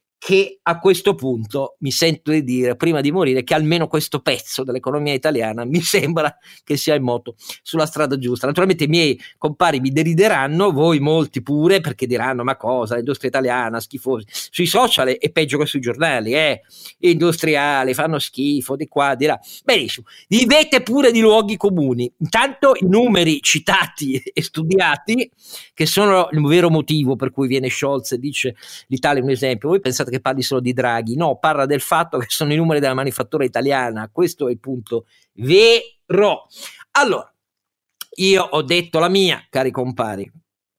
che a questo punto mi sento di dire prima di morire che almeno questo pezzo dell'economia italiana mi sembra che sia in moto sulla strada giusta. Naturalmente i miei compari mi derideranno, voi molti pure, perché diranno ma cosa, l'industria italiana schifosa, sui social è peggio che sui giornali, eh industriali fanno schifo di qua di là. Benissimo, vivete pure di luoghi comuni. Intanto i numeri citati e studiati, che sono il vero motivo per cui viene Scholz e dice l'Italia è un esempio. Voi pensate che parli solo di Draghi? No, parla del fatto che sono i numeri della manifattura italiana. Questo è il punto vero. Allora, io ho detto la mia, cari compari.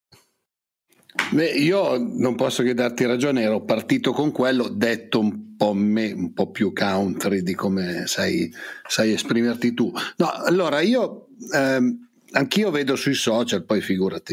Beh, io non posso che darti ragione, ero partito con quello, detto un po' me, un po' più country di come sai, sai esprimerti tu. No, allora io ehm, anch'io vedo sui social, poi figurati,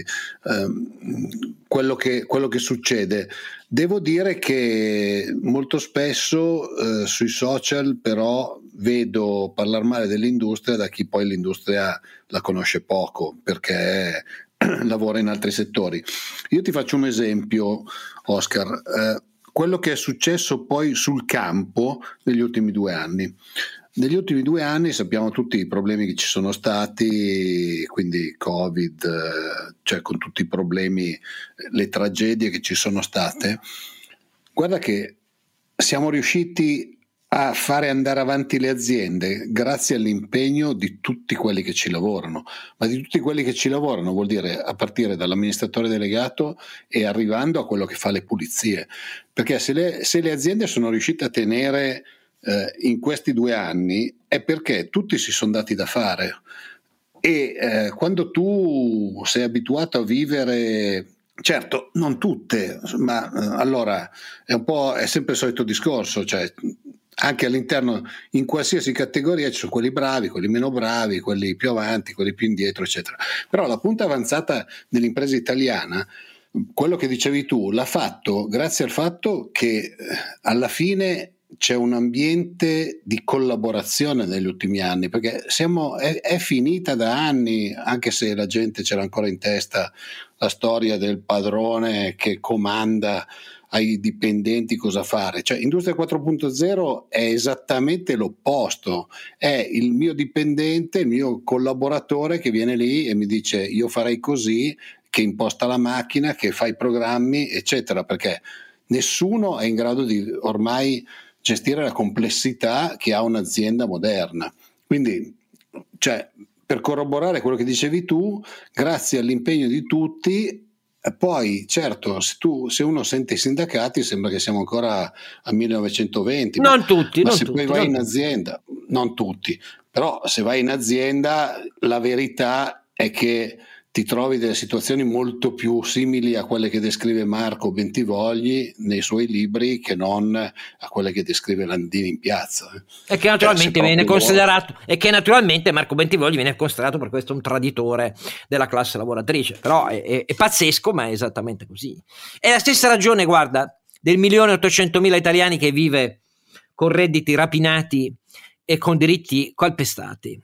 ehm, quello che, quello che succede. Devo dire che molto spesso eh, sui social però vedo parlare male dell'industria da chi poi l'industria la conosce poco, perché lavora in altri settori. Io ti faccio un esempio, Oscar, eh, quello che è successo poi sul campo negli ultimi due anni. Negli ultimi due anni sappiamo tutti i problemi che ci sono stati, quindi Covid, eh, cioè con tutti i problemi, le tragedie che ci sono state. Guarda che siamo riusciti a fare andare avanti le aziende grazie all'impegno di tutti quelli che ci lavorano, ma di tutti quelli che ci lavorano vuol dire a partire dall'amministratore delegato e arrivando a quello che fa le pulizie, perché se le, se le aziende sono riuscite a tenere eh, in questi due anni è perché tutti si sono dati da fare e eh, quando tu sei abituato a vivere. Certo, non tutte, ma eh, allora è un po' è sempre il solito discorso, cioè anche all'interno, in qualsiasi categoria ci sono quelli bravi, quelli meno bravi, quelli più avanti, quelli più indietro, eccetera. Però la punta avanzata dell'impresa italiana, quello che dicevi tu, l'ha fatto grazie al fatto che alla fine c'è un ambiente di collaborazione negli ultimi anni, perché siamo, è, è finita da anni, anche se la gente c'era ancora in testa la storia del padrone che comanda ai dipendenti cosa fare. Cioè Industria quattro punto zero è esattamente l'opposto, è il mio dipendente, il mio collaboratore che viene lì e mi dice io farei così, che imposta la macchina, che fa i programmi, eccetera, perché nessuno è in grado di ormai gestire la complessità che ha un'azienda moderna. Quindi, cioè, per corroborare quello che dicevi tu, grazie all'impegno di tutti, poi certo, se, tu, se uno sente i sindacati sembra che siamo ancora a millenovecentoventi. Non ma, tutti, ma non se tutti, poi vai non in azienda, non tutti, però se vai in azienda la verità è che ti trovi delle situazioni molto più simili a quelle che descrive Marco Bentivogli nei suoi libri che non a quelle che descrive Landini in piazza. E che naturalmente viene considerato loro... e che naturalmente Marco Bentivogli viene considerato per questo un traditore della classe lavoratrice, però è, è, è pazzesco, ma è esattamente così. È la stessa ragione, guarda, del milione e ottocentomila italiani che vive con redditi rapinati e con diritti calpestati.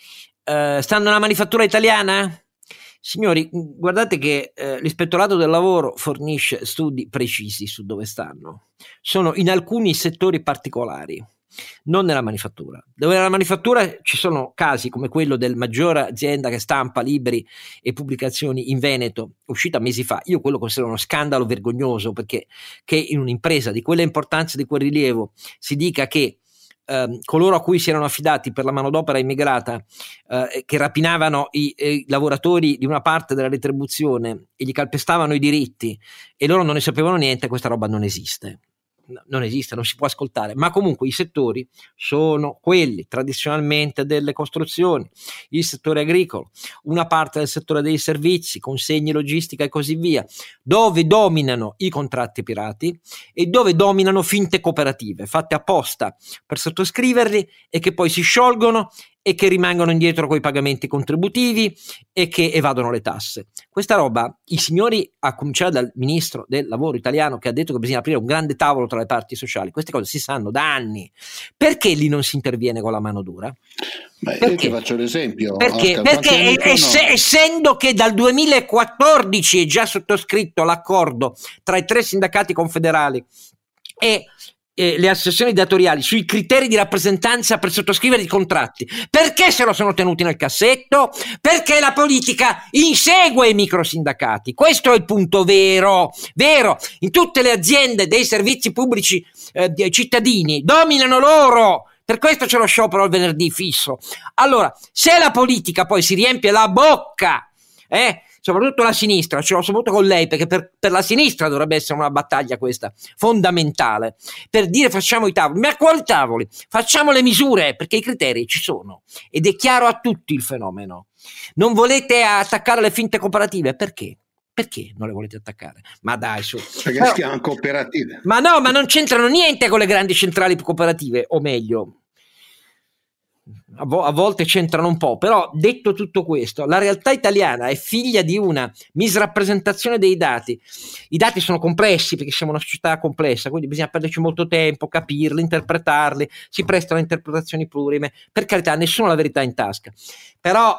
Uh, stanno nella manifattura italiana? Signori, guardate che eh, l'Ispettorato del Lavoro fornisce studi precisi su dove stanno. Sono in alcuni settori particolari, non nella manifattura. Dove nella manifattura ci sono casi come quello del maggiore azienda che stampa libri e pubblicazioni in Veneto, uscita mesi fa. Io quello considero uno scandalo vergognoso, perché che in un'impresa di quella importanza, di quel rilievo, si dica che Uh, coloro a cui si erano affidati per la manodopera immigrata, uh, che rapinavano i, i lavoratori di una parte della retribuzione e gli calpestavano i diritti e loro non ne sapevano niente, questa roba non esiste. Non esiste, non si può ascoltare. Ma comunque i settori sono quelli tradizionalmente delle costruzioni, il settore agricolo, una parte del settore dei servizi, consegni, logistica e così via, dove dominano i contratti pirati e dove dominano finte cooperative fatte apposta per sottoscriverli e che poi si sciolgono e che rimangono indietro coi pagamenti contributivi e che evadono le tasse. Questa roba, i signori, a cominciare dal ministro del lavoro italiano che ha detto che bisogna aprire un grande tavolo tra le parti sociali, queste cose si sanno da anni. Perché lì non si interviene con la mano dura? Beh, io ti faccio l'esempio. Perché? Oscar, perché ess- essendo che dal duemilaquattordici è già sottoscritto l'accordo tra i tre sindacati confederali e le associazioni datoriali sui criteri di rappresentanza per sottoscrivere i contratti, perché se lo sono tenuti nel cassetto? Perché la politica insegue i microsindacati. Questo è il punto vero, vero. In tutte le aziende dei servizi pubblici eh, dei cittadini dominano loro. Per questo c'è lo sciopero il venerdì fisso. Allora, se la politica poi si riempie la bocca, eh, soprattutto la sinistra, ce l'ho saputo con lei, perché per, per la sinistra dovrebbe essere una battaglia questa, fondamentale, per dire facciamo i tavoli. Ma a quali tavoli? Facciamo le misure, perché i criteri ci sono ed è chiaro a tutti il fenomeno. Non volete attaccare le finte cooperative? Perché? Perché non le volete attaccare? Ma dai, su. Perché si chiamano cooperative. Ma no, ma non c'entrano niente con le grandi centrali cooperative, o meglio, A, vo- a volte c'entrano un po', però detto tutto questo, la realtà italiana è figlia di una misrappresentazione dei dati. I dati sono complessi perché siamo una società complessa, quindi bisogna perderci molto tempo, capirli, interpretarli, si prestano a interpretazioni plurime. Per carità, nessuno ha la verità in tasca, però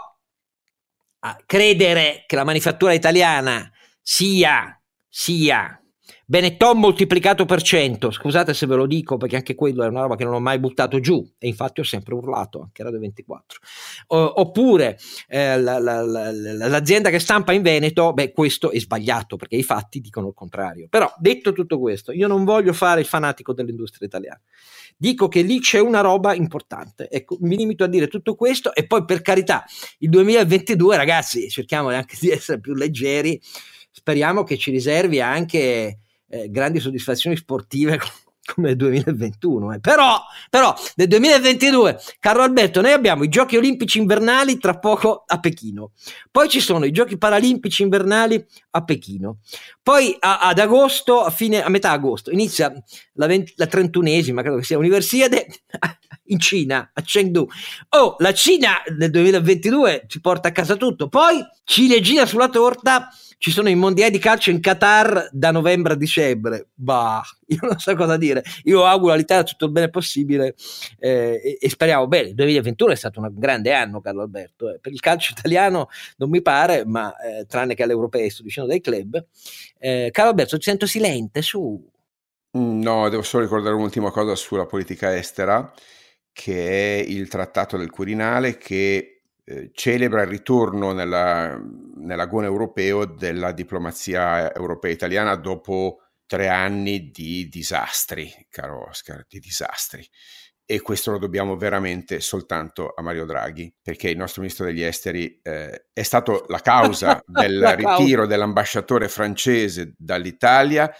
a credere che la manifattura italiana sia sia Benetton moltiplicato per cento, scusate se ve lo dico perché anche quello è una roba che non ho mai buttato giù e infatti ho sempre urlato anche Radio ventiquattro, o, oppure eh, la, la, la, l'azienda che stampa in Veneto, beh, questo è sbagliato perché i fatti dicono il contrario. Però detto tutto questo, io non voglio fare il fanatico dell'industria italiana, dico che lì c'è una roba importante, ecco, mi limito a dire tutto questo e poi per carità il duemilaventidue, ragazzi, cerchiamo anche di essere più leggeri, speriamo che ci riservi anche Eh, grandi soddisfazioni sportive come il duemilaventuno, eh. però, però nel duemilaventidue, caro Alberto, noi abbiamo i giochi olimpici invernali tra poco a Pechino, poi ci sono i giochi paralimpici invernali a Pechino, poi a, ad agosto, a fine, a metà agosto inizia la, venti, la trentunesima, credo che sia Universiade in Cina, a Chengdu. Oh, la Cina nel duemilaventidue ci porta a casa tutto, poi ciliegina sulla torta, ci sono i mondiali di calcio in Qatar da novembre a dicembre. Bah, io non so cosa dire. Io auguro all'Italia tutto il bene possibile eh, e, e speriamo bene. Il duemilaventuno è stato un grande anno, Carlo Alberto. Eh. Per il calcio italiano non mi pare, ma eh, tranne che all'Europeo, sto dicendo dai club. Eh, Carlo Alberto, ti sento silente, su. No, devo solo ricordare un'ultima cosa sulla politica estera, che è il Trattato del Quirinale, che celebra il ritorno nella, nell'agone europeo della diplomazia europea italiana dopo tre anni di disastri, caro Oscar, di disastri. E questo lo dobbiamo veramente soltanto a Mario Draghi, perché il nostro ministro degli esteri eh, è stato la causa del la ritiro causa. dell'ambasciatore francese dall'Italia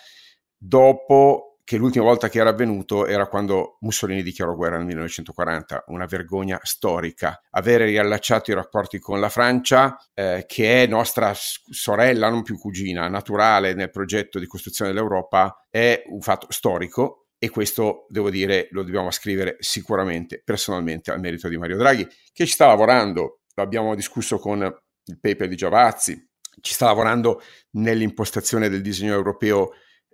dopo che l'ultima volta che era avvenuto era quando Mussolini dichiarò guerra nel millenovecentoquaranta, una vergogna storica. Avere riallacciato i rapporti con la Francia, eh, che è nostra sorella, non più cugina, naturale nel progetto di costruzione dell'Europa, è un fatto storico e questo, devo dire, lo dobbiamo ascrivere sicuramente, personalmente, al merito di Mario Draghi, che ci sta lavorando, lo abbiamo discusso con il paper di Giavazzi, ci sta lavorando nell'impostazione del disegno europeo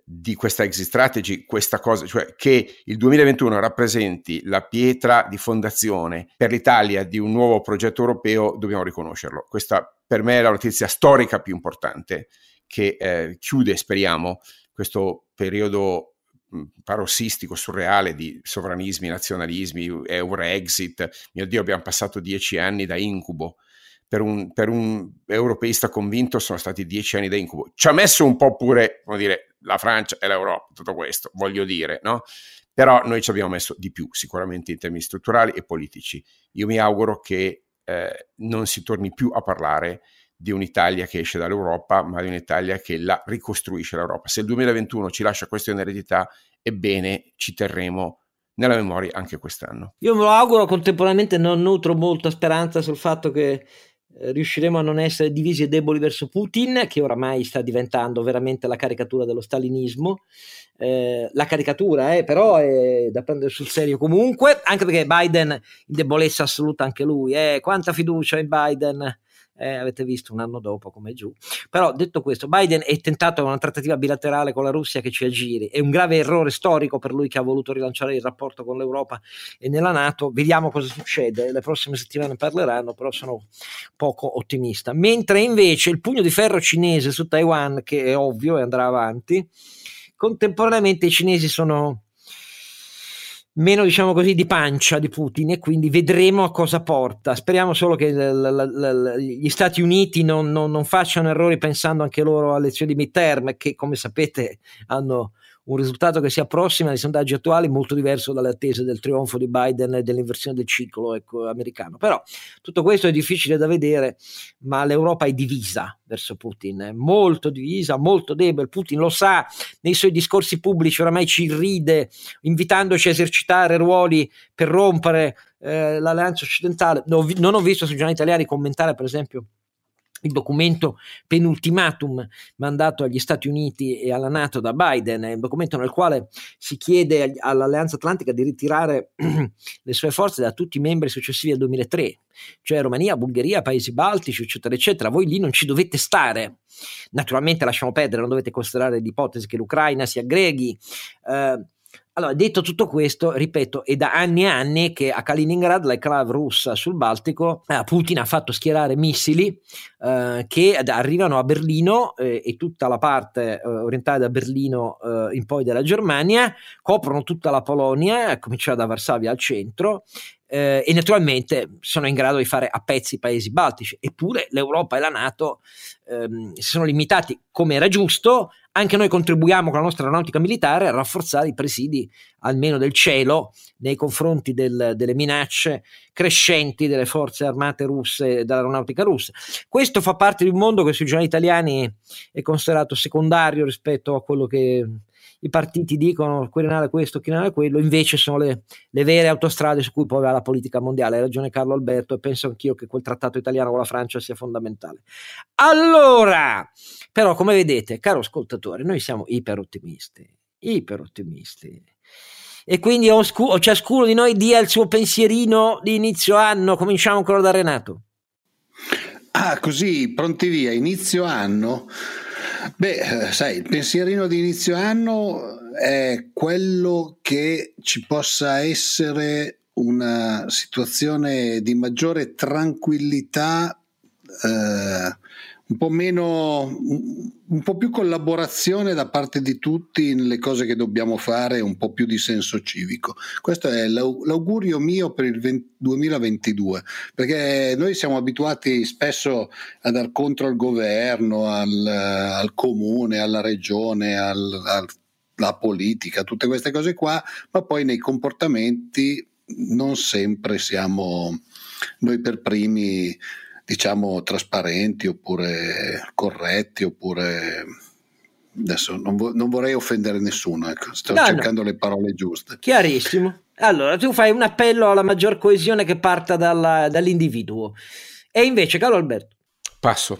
di questa exit strategy, questa cosa, cioè che il duemilaventuno rappresenti la pietra di fondazione per l'Italia di un nuovo progetto europeo, dobbiamo riconoscerlo. Questa per me è la notizia storica più importante che eh, chiude, speriamo, questo periodo parossistico, surreale di sovranismi, nazionalismi, Euro-exit. Mio Dio, abbiamo passato dieci anni da incubo. Per un, per un europeista convinto sono stati dieci anni da incubo. Ci ha messo un po' pure, come dire, la Francia e l'Europa, tutto questo, voglio dire, no? Però noi ci abbiamo messo di più, sicuramente in termini strutturali e politici. Io mi auguro che eh, non si torni più a parlare di un'Italia che esce dall'Europa, ma di un'Italia che la ricostruisce l'Europa. Se il duemilaventuno ci lascia questa in eredità, ebbene ci terremo nella memoria anche quest'anno. Io me lo auguro, contemporaneamente non nutro molta speranza sul fatto che eh, riusciremo a non essere divisi e deboli verso Putin, che oramai sta diventando veramente la caricatura dello stalinismo. Eh, la caricatura eh, però è da prendere sul serio comunque, anche perché Biden in debolezza assoluta anche lui. Eh, quanta fiducia in Biden? Eh, avete visto un anno dopo come è giù. Però detto questo, Biden è tentato una trattativa bilaterale con la Russia che ci aggiri, è un grave errore storico per lui che ha voluto rilanciare il rapporto con l'Europa e nella NATO. Vediamo cosa succede, le prossime settimane parleranno, però sono poco ottimista. Mentre invece il pugno di ferro cinese su Taiwan, che è ovvio e andrà avanti, contemporaneamente i cinesi sono meno, diciamo così, di pancia di Putin, e quindi vedremo a cosa porta. Speriamo solo che l- l- l- gli Stati Uniti non, non, non facciano errori pensando anche loro alle elezioni midterm, che come sapete hanno un risultato che si approssima ai sondaggi attuali molto diverso dalle attese del trionfo di Biden e dell'inversione del ciclo, ecco, americano. Però tutto questo è difficile da vedere, ma l'Europa è divisa verso Putin, è molto divisa, molto debole. Putin lo sa, nei suoi discorsi pubblici oramai ci ride, invitandoci a esercitare ruoli per rompere eh, l'alleanza occidentale. Non, non ho visto sui giornali italiani commentare, per esempio, il documento penultimatum mandato agli Stati Uniti e alla NATO da Biden, è un documento nel quale si chiede all'Alleanza Atlantica di ritirare le sue forze da tutti i membri successivi al duemilatré, cioè Romania, Bulgaria, Paesi Baltici, eccetera, eccetera. Voi lì non ci dovete stare. Naturalmente lasciamo perdere, non dovete considerare l'ipotesi che l'Ucraina si aggreghi. Eh, Allora, detto tutto questo, ripeto, è da anni e anni che a Kaliningrad, l'enclave russa sul Baltico, eh, Putin ha fatto schierare missili eh, che arrivano a Berlino eh, e tutta la parte eh, orientale da Berlino eh, in poi della Germania, coprono tutta la Polonia, a cominciare da Varsavia al centro, eh, e naturalmente sono in grado di fare a pezzi i paesi baltici. Eppure l'Europa e la NATO ehm, si sono limitati, come era giusto. Anche noi contribuiamo con la nostra aeronautica militare a rafforzare i presidi almeno del cielo nei confronti del, delle minacce crescenti delle forze armate russe e dell'aeronautica russa. Questo fa parte di un mondo che sui giornali italiani è considerato secondario rispetto a quello che i partiti dicono, Quirinale questo, Quirinale quello. Invece sono le, le vere autostrade su cui poi va la politica mondiale. Hai ragione Carlo Alberto, e penso anch'io che quel trattato italiano con la Francia sia fondamentale. Allora, però, come vedete, caro ascoltatore, noi siamo iper ottimisti, iper ottimisti. E quindi oscu- ciascuno di noi dia il suo pensierino di inizio anno. Cominciamo ancora da Renato. Ah, così, pronti via, inizio anno. Beh, sai, il pensierino di inizio anno è quello che ci possa essere una situazione di maggiore tranquillità, eh, un po' meno, un po' più collaborazione da parte di tutti nelle cose che dobbiamo fare, un po' più di senso civico. Questo è l'augurio mio per il duemilaventidue, perché noi siamo abituati spesso a dar contro al governo, al, al comune, alla regione, al, al, alla politica, tutte queste cose qua, ma poi nei comportamenti non sempre siamo noi per primi, diciamo, trasparenti oppure corretti, oppure adesso non, vo- non vorrei offendere nessuno, ecco, sto no, cercando no. le parole giuste. Chiarissimo. Allora tu fai un appello alla maggior coesione che parta dalla, dall'individuo, e invece Carlo Alberto passo.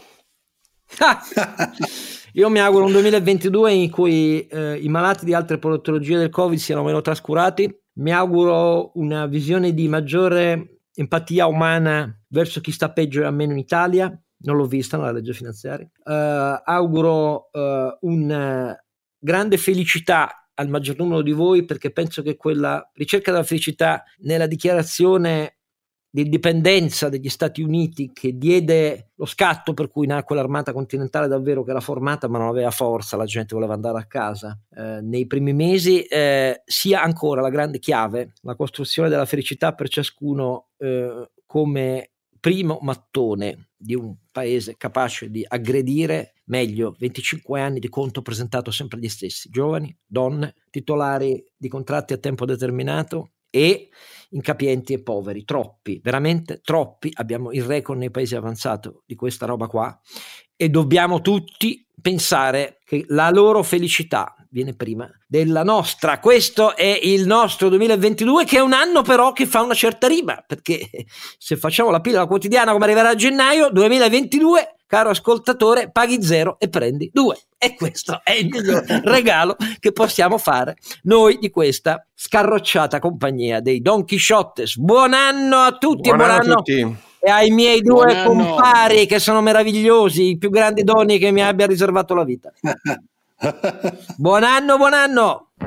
Io mi auguro un duemilaventidue in cui eh, i malati di altre patologie del Covid siano meno trascurati. Mi auguro una visione di maggiore empatia umana verso chi sta peggio e a meno in Italia. Non l'ho vista nella legge finanziaria. Uh, auguro uh, un grande felicità al maggior numero di voi, perché penso che quella ricerca della felicità nella dichiarazione di indipendenza degli Stati Uniti, che diede lo scatto per cui nacque l'armata continentale davvero, che era formata ma non aveva forza, la gente voleva andare a casa eh, nei primi mesi, eh, sia ancora la grande chiave, la costruzione della felicità per ciascuno eh, come primo mattone di un paese capace di aggredire meglio venticinque anni di conto presentato sempre agli stessi, giovani, donne, titolari di contratti a tempo determinato e incapienti e poveri, troppi, veramente troppi. Abbiamo il record nei paesi avanzati di questa roba qua e dobbiamo tutti pensare che la loro felicità viene prima della nostra. Questo è il nostro duemilaventidue, che è un anno però che fa una certa rima, perché se facciamo la pillola quotidiana come arriverà a gennaio duemilaventidue, caro ascoltatore, paghi zero e prendi due, e questo è il miglior regalo che possiamo fare noi di questa scarrocciata compagnia dei Don Chisciottes. Buon anno a tutti. Buon e buon anno anno a tutti. E ai miei due Buon anno. compari che sono meravigliosi, i più grandi doni che mi abbia riservato la vita. Buon anno, buon anno.